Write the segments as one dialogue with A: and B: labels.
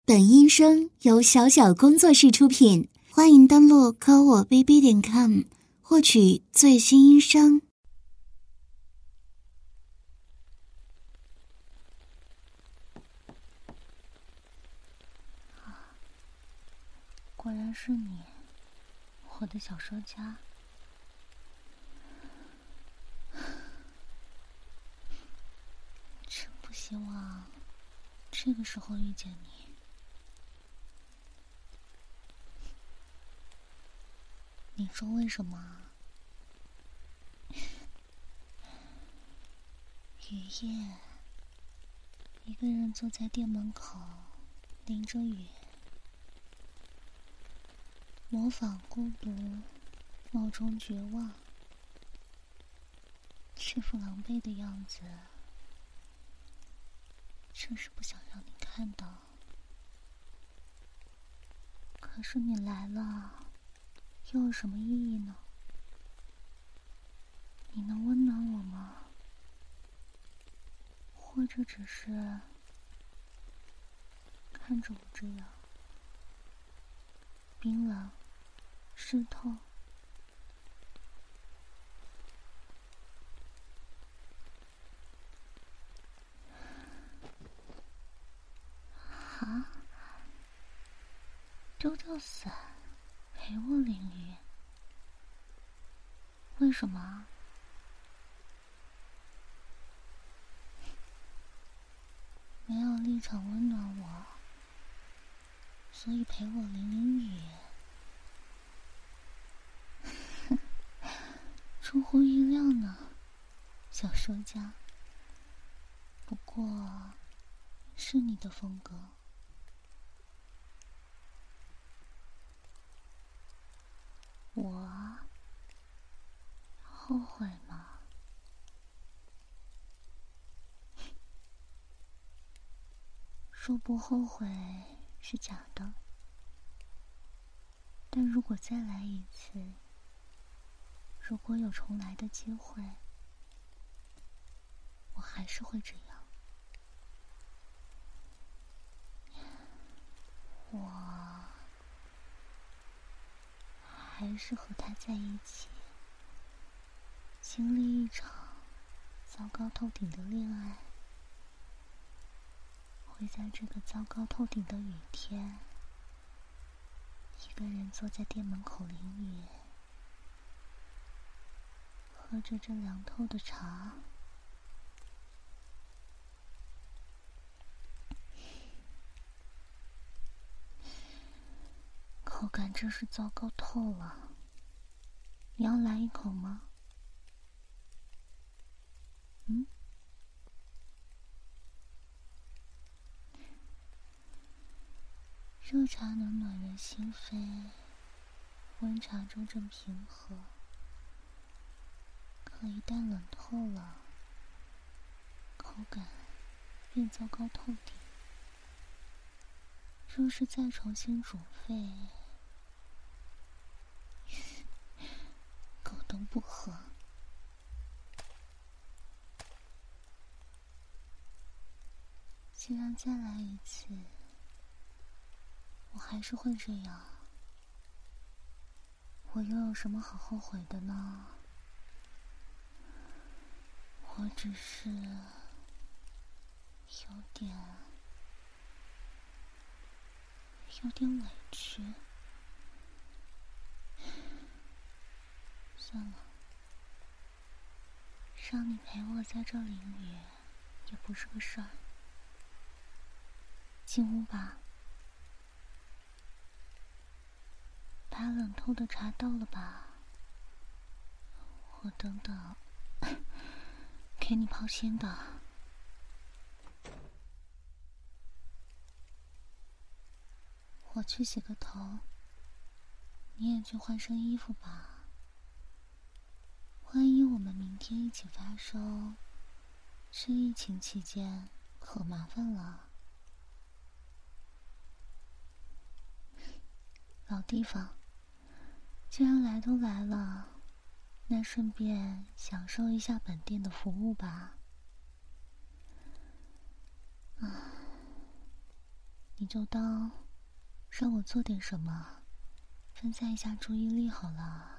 A: 本音声由小小工作室出品，欢迎登录科我 bb.com 获取最新音声。
B: 果然是你，我的小说家。真不希望这个时候遇见你。你说为什么？雨夜，一个人坐在店门口，淋着雨，模仿孤独，冒充绝望，这副狼狈的样子，真是不想让你看到。可是你来了，又有什么意义呢？你能温暖我吗？或者只是看着我这样冰冷湿透？啊，丢掉伞陪我淋雨，为什么？没有立场温暖我，所以陪我淋淋雨。出乎意料呢，小说家。不过，是你的风格。我后悔吗？说不后悔是假的，但如果再来一次，如果有重来的机会，我还是会这样。我还是和他在一起，经历一场糟糕透顶的恋爱，会在这个糟糕透顶的雨天，一个人坐在店门口淋雨，喝着这凉透的茶。口感真是糟糕透了，你要来一口吗？热茶能暖人心扉，温茶周正平和，可一旦冷透了，口感便糟糕透顶。若是再重新煮沸，狗都不喝。既然再来一次，我还是会这样，我又有什么好后悔的呢？我只是有点委屈。算了，让你陪我在这淋雨也不是个事儿。进屋吧，把冷透的茶倒了吧，我等等给你泡鲜的。我去洗个头，你也去换身衣服吧。万一我们明天一起发烧，这疫情期间可麻烦了。老地方，既然来都来了，那顺便享受一下本店的服务吧。 你就当让我做点什么，分散一下注意力好了。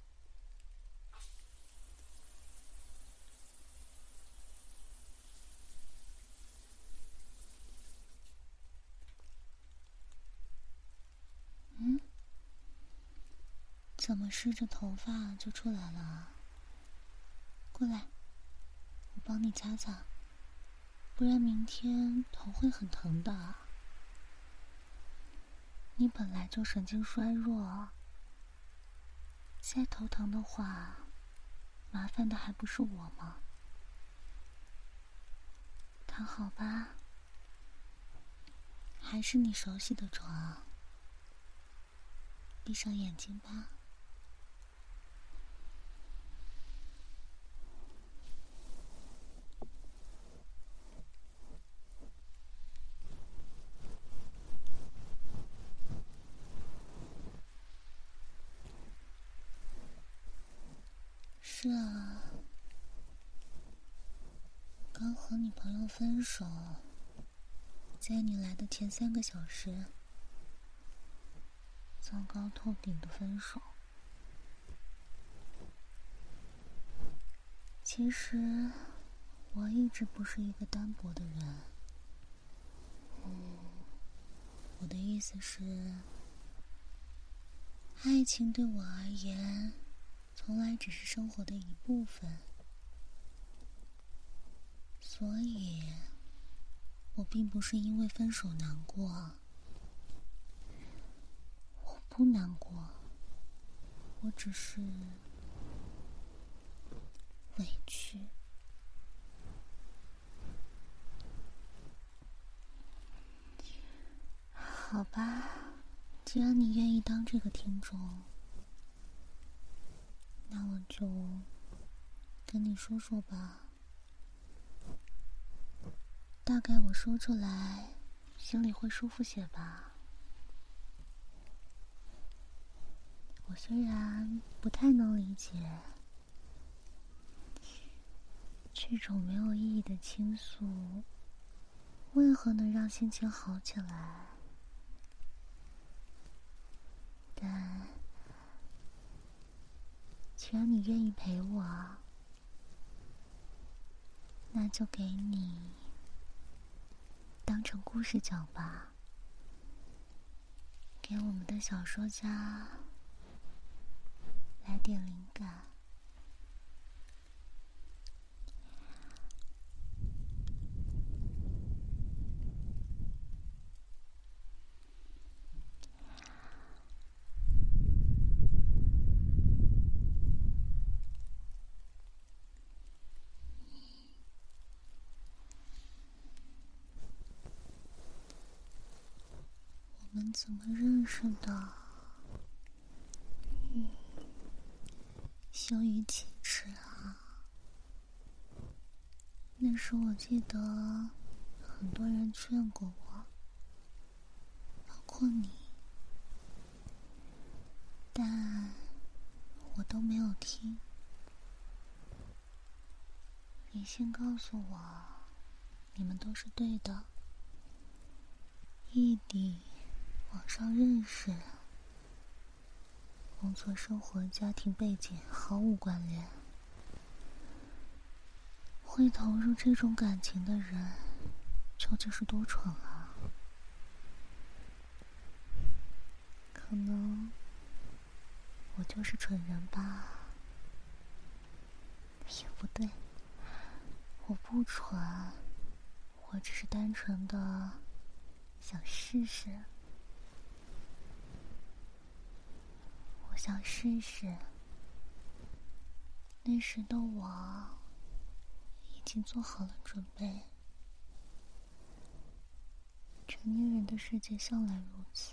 B: 怎么湿着头发就出来了？过来，我帮你擦擦，不然明天头会很疼的。你本来就神经衰弱，再头疼的话，麻烦的还不是我吗？躺好吧，还是你熟悉的床，闭上眼睛吧。是啊，刚和你朋友分手，在你来的前3个小时，糟糕透顶的分手。其实我一直不是一个单薄的人。我的意思是，爱情对我而言，从来只是生活的一部分。所以，我并不是因为分手难过。我不难过，我只是委屈。好吧，既然你愿意当这个听众，那我就跟你说说吧。大概我说出来，心里会舒服些吧。我虽然不太能理解这种没有意义的倾诉为何能让心情好起来，但既然你愿意陪我，那就给你当成故事讲吧，给我们的小说家来点灵感。我们怎么认识的？羞于启齿啊！那时我记得很多人劝过我，包括你，但我都没有听。理性告诉我，你们都是对的，异地网上认识，工作、生活、家庭背景毫无关联。会投入这种感情的人，究竟是多蠢啊！可能我就是蠢人吧。也不对，我不蠢，我只是单纯的想试试。我想试试，那时的我已经做好了准备。成年人的世界向来如此，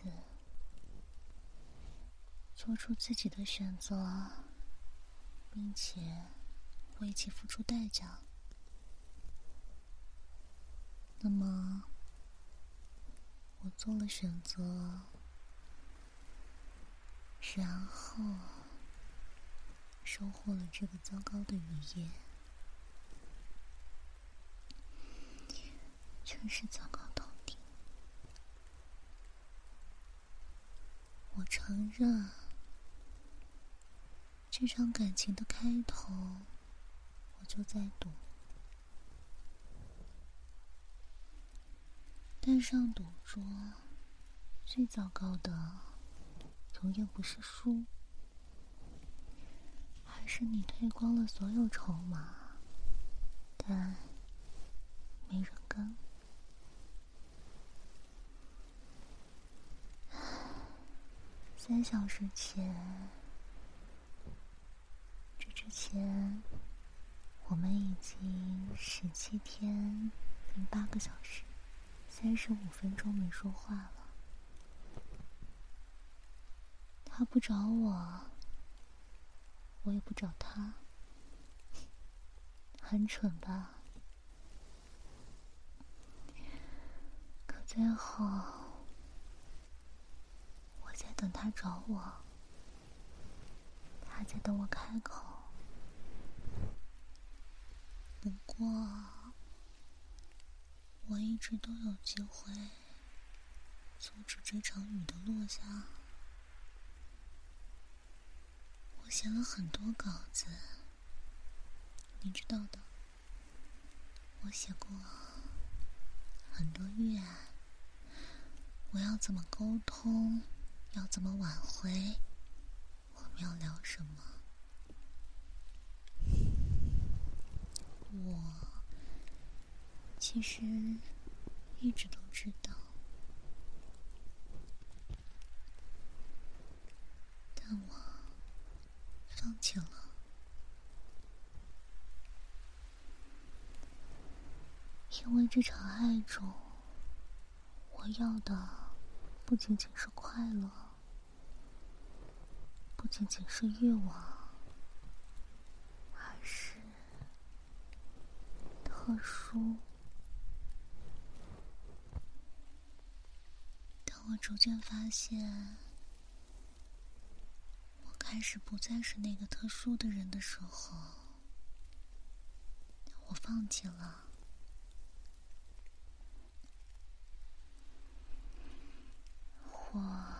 B: 做出自己的选择，并且为其付出代价。那么，我做了选择，然后收获了这个糟糕的雨夜，真是糟糕透顶。 承认，这场感情的开头，我就在赌。但上赌桌，最糟糕的，永远不是输，而是你退光了所有筹码，但没人跟。3小时前，这之前，我们已经17天08个小时35分钟没说话了。他不找我，我也不找他，很蠢吧？可最后，我在等他找我，他在等我开口。不过，我一直都有机会阻止这场雨的落下。我写了很多稿子，你知道的，我写过很多预案，我要怎么沟通，要怎么挽回，我们要聊什么。我其实一直都知道，但我放弃了。因为这场爱中，我要的不仅仅是快乐，不仅仅是欲望，而是特殊。当我逐渐发现，我开始不再是那个特殊的人的时候，我放弃了。我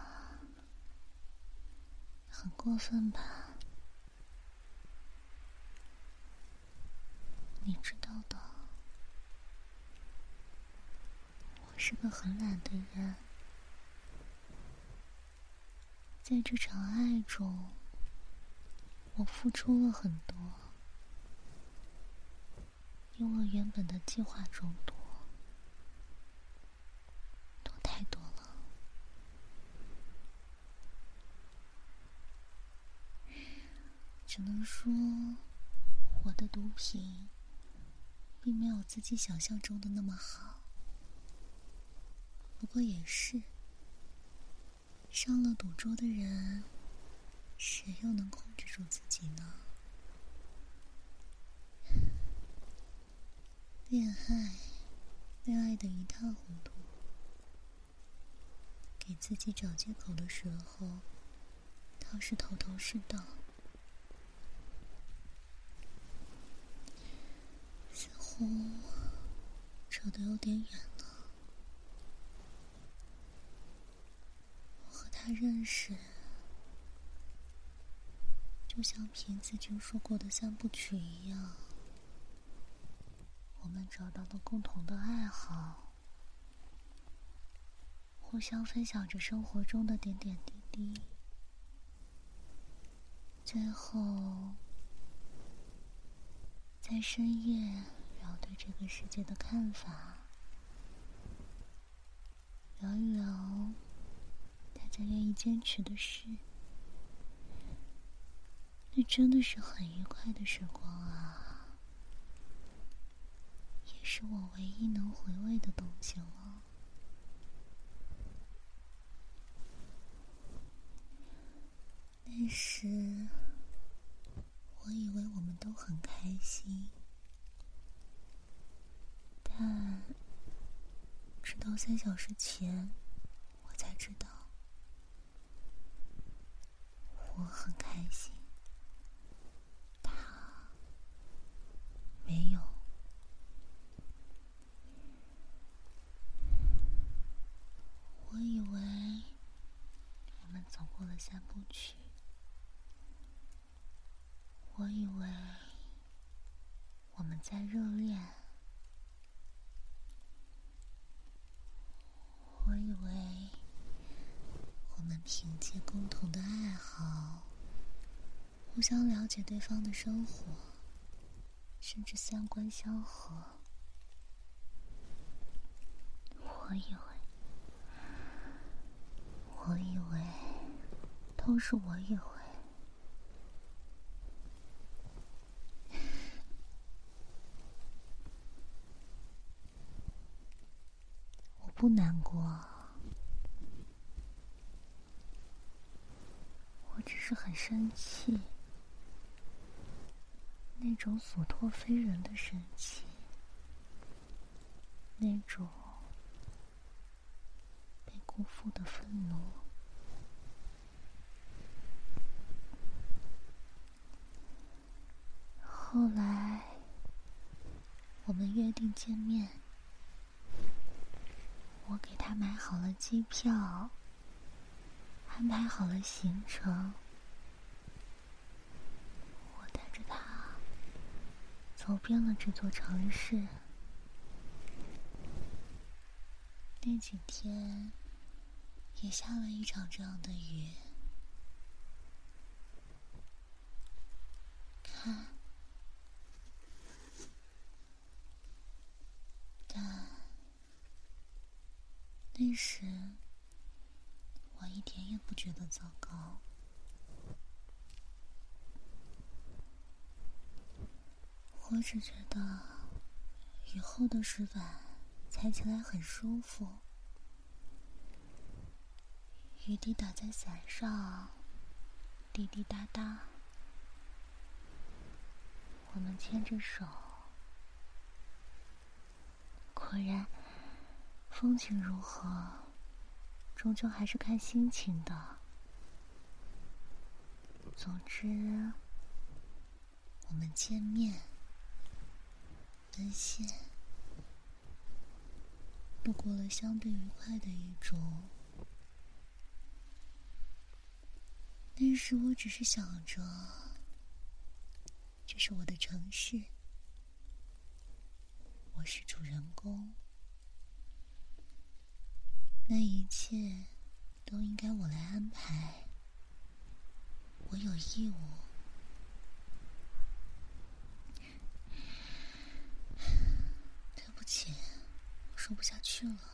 B: 很过分吧？你知道的，我是个很懒的人。在这场爱中，我付出了很多，比我原本的计划中多太多了。只能说，我的毒品并没有自己想象中的那么好。不过也是，上了赌桌的人，谁又能控制住自己呢？恋爱的一塌糊涂，给自己找借口的时候，倒是头头是道。似乎扯得有点远了。我和他认识，就像瓶子君说过的3部曲一样，我们找到了共同的爱好，互相分享着生活中的点点滴滴，最后在深夜聊对这个世界的看法，聊一聊大家愿意坚持的事。那真的是很愉快的时光啊，也是我唯一能回味的东西了。那时我以为我们都很开心，但直到3小时前，我才知道我很开心，他没有。我以为我们走过了了3部曲。我以为我们在热恋，我以为我们凭借共同的爱好，互相了解对方的生活，甚至三观相合。我以为都是我以为。我不难过，我只是很生气，那种所托非人的生气，那种被辜负的愤怒。后来我们约定见面，我给他买好了机票，安排好了行程，我带着他走遍了这座城市。那几天也下了一场这样的雨，看，但那时我一点也不觉得糟糕。我只觉得雨后的石板踩起来很舒服，雨滴打在伞上，滴滴答答。我们牵着手，果然，风景如何，终究还是看心情的。总之，我们见面、奔现，度过了相对愉快的一周。那时我只是想着，这是我的城市，我是主人公，那一切都应该我来安排，我有义务。对不起，我说不下去了，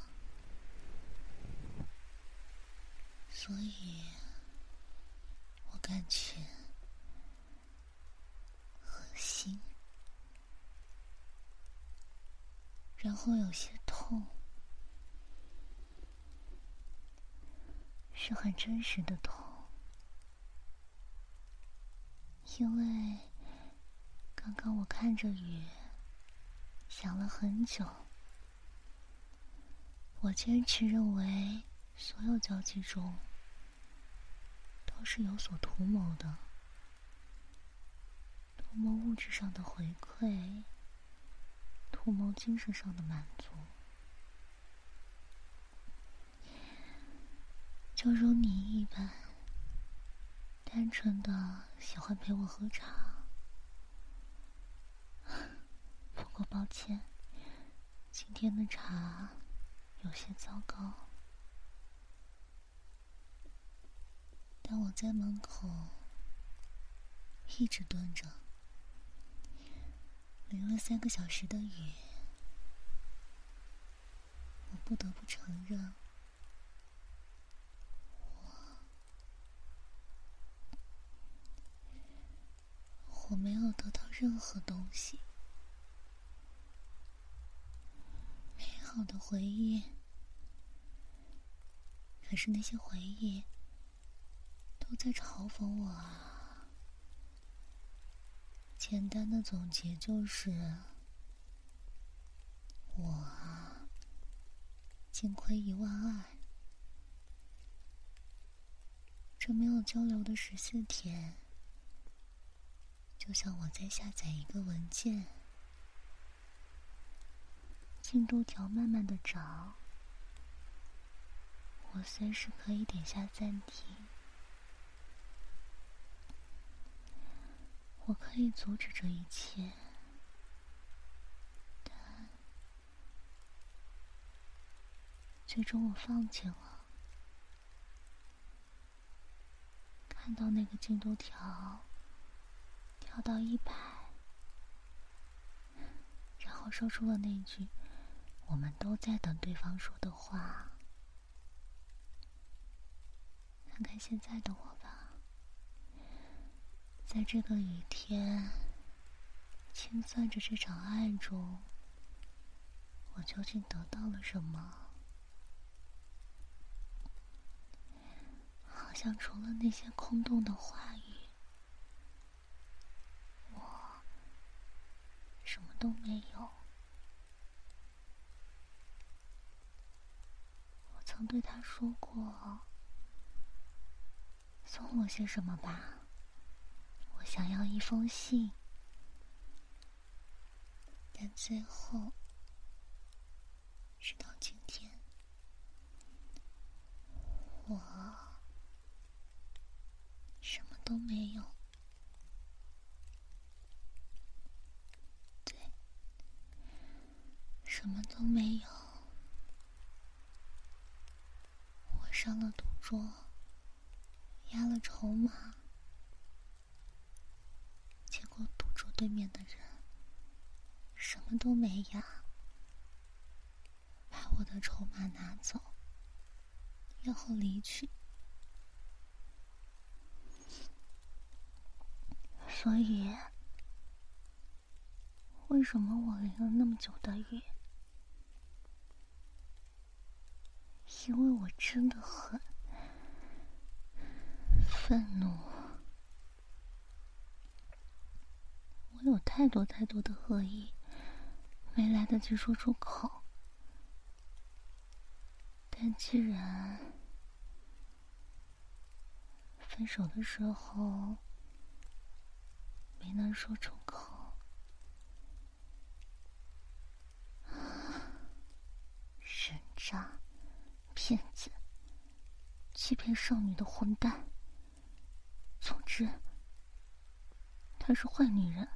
B: 所以我感觉恶心，然后有些痛，是很真实的痛，因为刚刚我看着雨，想了很久。我坚持认为，所有交际中都是有所图谋的，图谋物质上的回馈，图谋精神上的满足。就如你一般，单纯的喜欢陪我喝茶。不过抱歉，今天的茶有些糟糕。但我在门口一直蹲着，淋了3个小时的雨，我不得不承认，我没有得到任何东西。美好的回忆，可是那些回忆都在嘲讽我啊。简单的总结就是，我啊，净亏12000。这没有交流的14天，就像我在下载一个文件，进度条慢慢的涨，我随时可以点下暂停， 我可以阻止这一切，但最终我放弃了。看到那个进度条跳到100，然后说出了那句我们都在等对方说的话。看看现在的我吧，在这个雨天清算着这场爱中，我究竟得到了什么？好像除了那些空洞的话语，我什么都没有。我曾对他说过，送我些什么吧，我想要一封信。但最后，直到今天，我什么都没有。对，什么都没有。我上了赌桌，压了筹码，结果赌桌对面的人什么都没压，把我的筹码拿走，然后离去。所以，为什么我淋了那么久的雨？因为我真的很愤怒，我有太多的恶意，没来得及说出口。但既然分手的时候没能说出口，人渣、骗子、欺骗少女的混蛋，总之她是坏女人。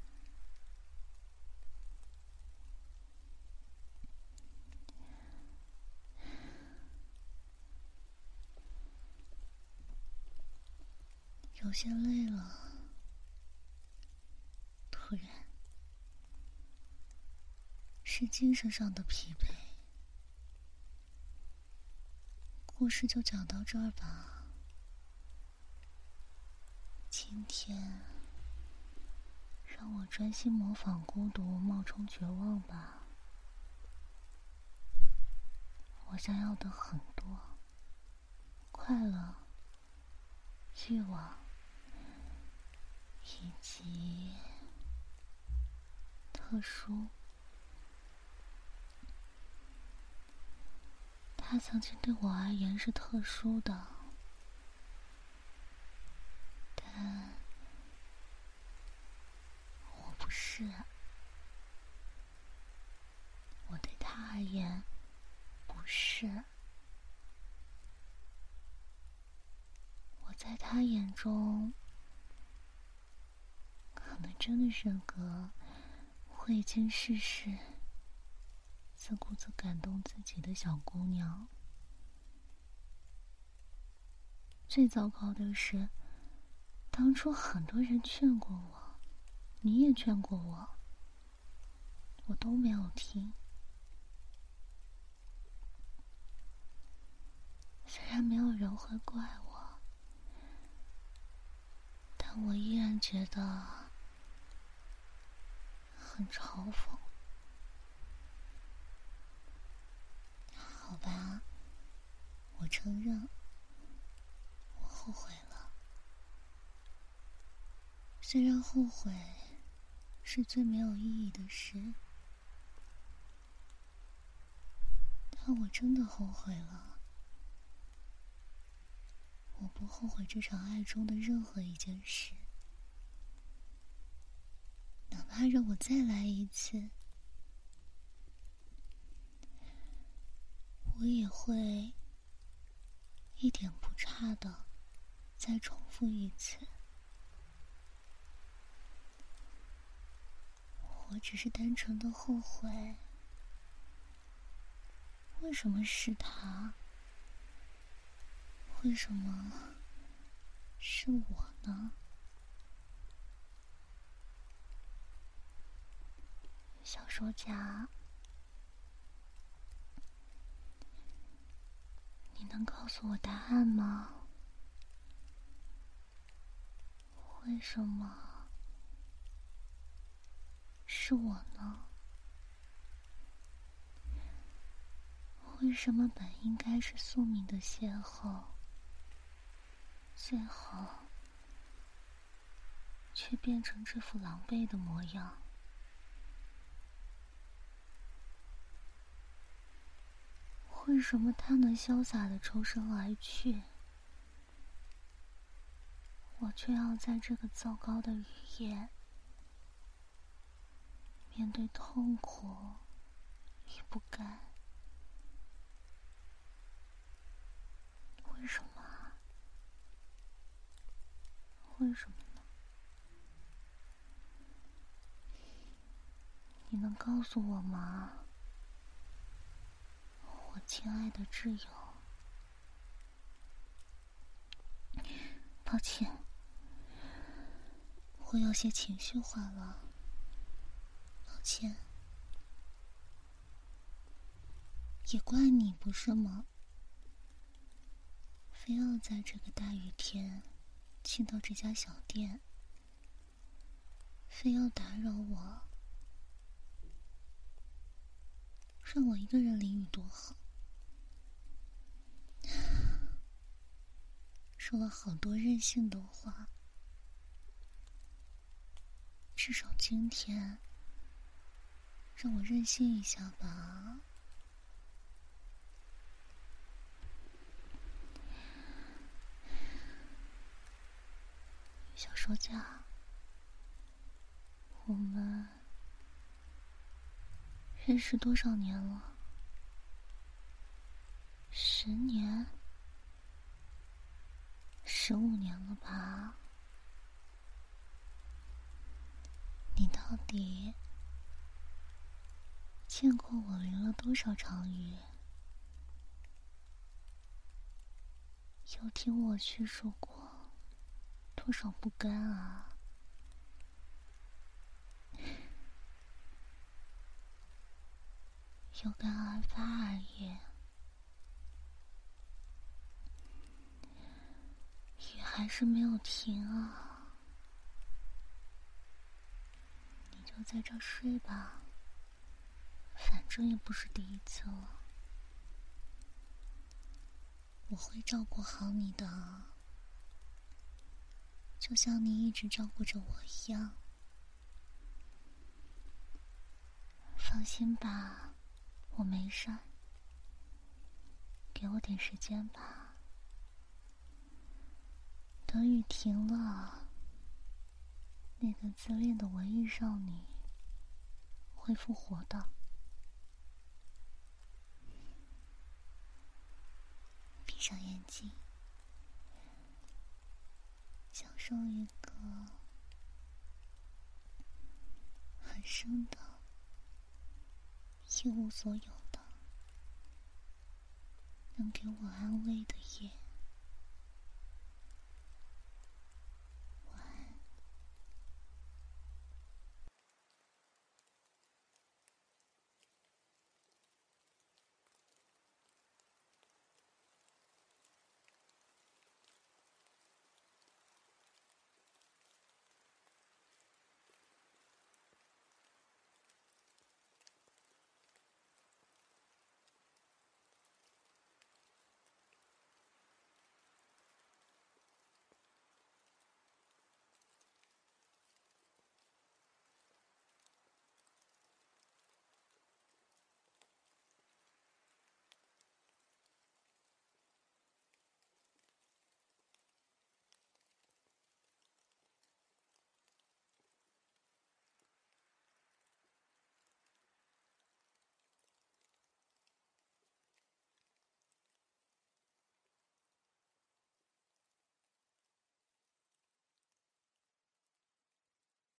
B: 有些累了，突然是精神上的疲惫。故事就讲到这儿吧。今天让我专心模仿孤独冒充绝望吧。我想要的很多，快乐、欲望以及特殊。它曾经对我而言是特殊的，但我不是。我对他而言不是。我在他眼中可能真的是个未经世事、自顾自感动自己的小姑娘。最糟糕的是，当初很多人劝过我，你也劝过我，我都没有听。虽然没有人会怪我，但我依然觉得很嘲讽。好吧，我承认，我后悔了。虽然后悔是最没有意义的事，但我真的后悔了。我不后悔这场爱中的任何一件事，哪怕让我再来一次，我也会一点不差的再重复一次。 我只是单纯的后悔，为什么是他？为什么是我呢？小说家，你能告诉我答案吗？为什么是我呢？为什么本应该是宿命的邂逅，最后却变成这副狼狈的模样？为什么他能潇洒地抽身而去，我却要在这个糟糕的雨夜面对痛苦与不甘？为什么啊？为什么呢？你能告诉我吗，我亲爱的挚友？抱歉，我有些情绪化了，抱歉。也怪你不是吗？非要在这个大雨天进到这家小店，非要打扰我，让我一个人淋雨多好。说了好多任性的话，至少今天让我任性一下吧。小说家，我们认识多少年了？10年？15年了吧？你到底见过我淋了多少场雨？又听我叙述过多少不甘啊？有感而发而已。雨还是没有停啊，你就在这儿睡吧，反正也不是第一次了。我会照顾好你的，就像你一直照顾着我一样。放心吧，我没事儿。给我点时间吧，等雨停了，那个自恋的文艺少女会复活的。闭上眼睛，享受一个很深的一无所有的能给我安慰的夜。